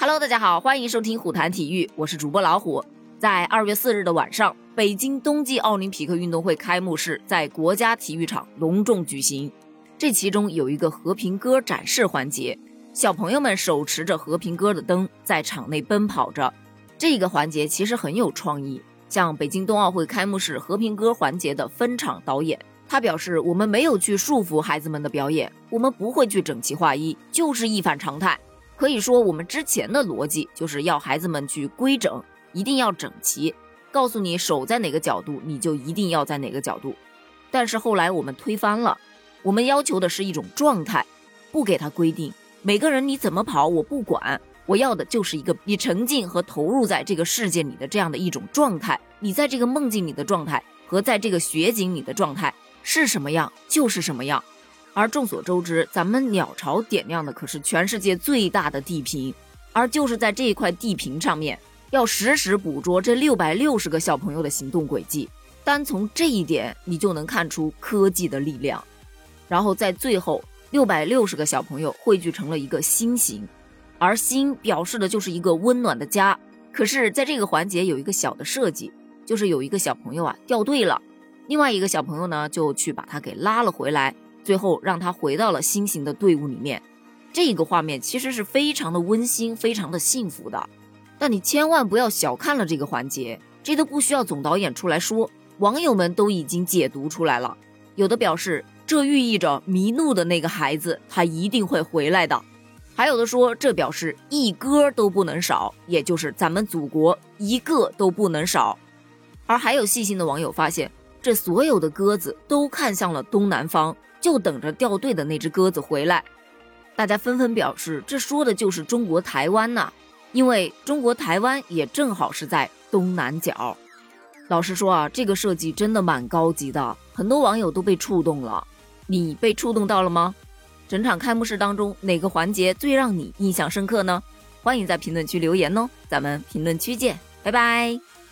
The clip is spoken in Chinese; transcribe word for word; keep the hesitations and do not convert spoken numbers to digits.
Hello， 大家好，欢迎收听虎谈体育，我是主播老虎。在二月四日的晚上，北京冬季奥林匹克运动会开幕式在国家体育场隆重举行。这其中有一个和平鸽展示环节，小朋友们手持着和平鸽的灯在场内奔跑着。这个环节其实很有创意，像北京冬奥会开幕式和平鸽环节的分场导演，他表示，我们没有去束缚孩子们的表演，我们不会去整齐划一，就是一反常态。可以说我们之前的逻辑就是要孩子们去规整，一定要整齐，告诉你手在哪个角度你就一定要在哪个角度。但是后来我们推翻了，我们要求的是一种状态，不给他规定，每个人你怎么跑我不管，我要的就是一个你沉浸和投入在这个世界里的这样的一种状态，你在这个梦境里的状态和在这个雪景里的状态是什么样就是什么样。而众所周知，咱们鸟巢点亮的可是全世界最大的地屏，而就是在这一块地屏上面，要实时捕捉这六百六十个小朋友的行动轨迹，单从这一点你就能看出科技的力量。然后在最后六百六十个小朋友汇聚成了一个心形，而心表示的就是一个温暖的家。可是在这个环节有一个小的设计，就是有一个小朋友啊掉队了，另外一个小朋友呢就去把他给拉了回来，最后让他回到了心形的队伍里面。这个画面其实是非常的温馨，非常的幸福的。但你千万不要小看了这个环节，这都不需要总导演出来说，网友们都已经解读出来了。有的表示这寓意着迷路的那个孩子他一定会回来的，还有的说这表示一鸽都不能少，也就是咱们祖国一个都不能少。而还有细心的网友发现，这所有的鸽子都看向了东南方，就等着掉队的那只鸽子回来。大家纷纷表示，这说的就是中国台湾呐、啊，因为中国台湾也正好是在东南角。老实说啊，这个设计真的蛮高级的，很多网友都被触动了。你被触动到了吗？整场开幕式当中，哪个环节最让你印象深刻呢？欢迎在评论区留言哦，咱们评论区见，拜拜。